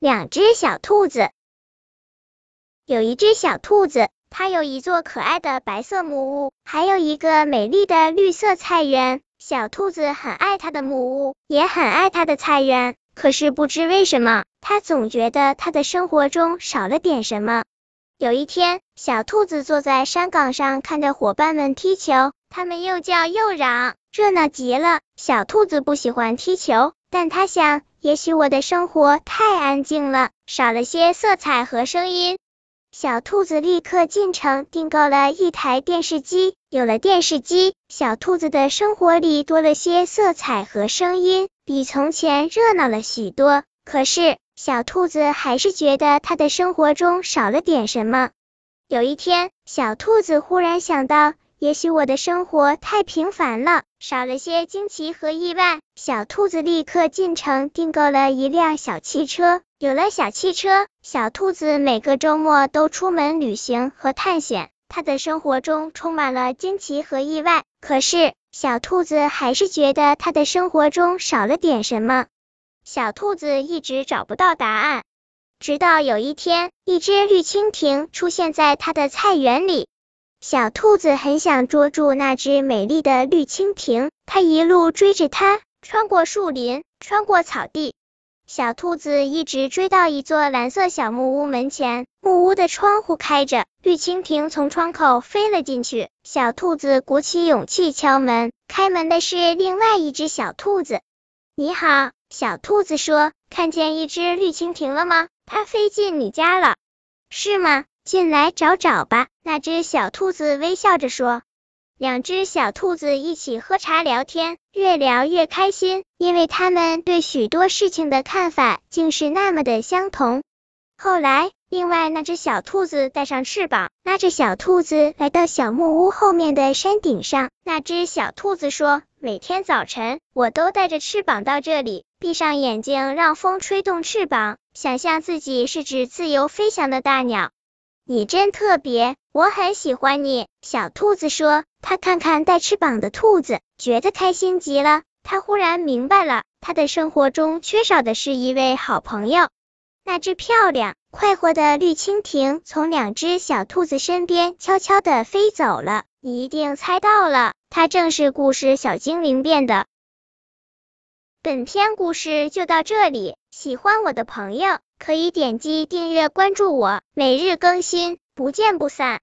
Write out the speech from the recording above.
两只小兔子。有一只小兔子，它有一座可爱的白色木屋，还有一个美丽的绿色菜园。小兔子很爱它的木屋，也很爱它的菜园，可是不知为什么，它总觉得它的生活中少了点什么。有一天，小兔子坐在山岗上，看着伙伴们踢球，它们又叫又嚷，热闹极了。小兔子不喜欢踢球，但它想，也许我的生活太安静了，少了些色彩和声音。小兔子立刻进城订购了一台电视机，有了电视机，小兔子的生活里多了些色彩和声音，比从前热闹了许多。可是，小兔子还是觉得它的生活中少了点什么。有一天，小兔子忽然想到，也许我的生活太平凡了，少了些惊奇和意外。小兔子立刻进城订购了一辆小汽车。有了小汽车，小兔子每个周末都出门旅行和探险，它的生活中充满了惊奇和意外。可是，小兔子还是觉得它的生活中少了点什么。小兔子一直找不到答案，直到有一天，一只绿蜻蜓出现在它的菜园里。小兔子很想捉住那只美丽的绿蜻蜓，它一路追着它，穿过树林，穿过草地。小兔子一直追到一座蓝色小木屋门前，木屋的窗户开着，绿蜻蜓从窗口飞了进去。小兔子鼓起勇气敲门，开门的是另外一只小兔子。你好，小兔子说，看见一只绿蜻蜓了吗？它飞进你家了。是吗？进来找找吧，那只小兔子微笑着说。两只小兔子一起喝茶聊天，越聊越开心，因为他们对许多事情的看法竟是那么的相同。后来，另外那只小兔子带上翅膀，拉着小兔子来到小木屋后面的山顶上。那只小兔子说，每天早晨，我都带着翅膀到这里，闭上眼睛，让风吹动翅膀，想象自己是只自由飞翔的大鸟。你真特别，我很喜欢你，小兔子说。它看看带翅膀的兔子，觉得开心极了。它忽然明白了，它的生活中缺少的是一位好朋友。那只漂亮、快活的绿蜻蜓从两只小兔子身边悄悄地飞走了。你一定猜到了，它正是故事小精灵变的。本篇故事就到这里，喜欢我的朋友可以点击订阅关注我，每日更新，不见不散。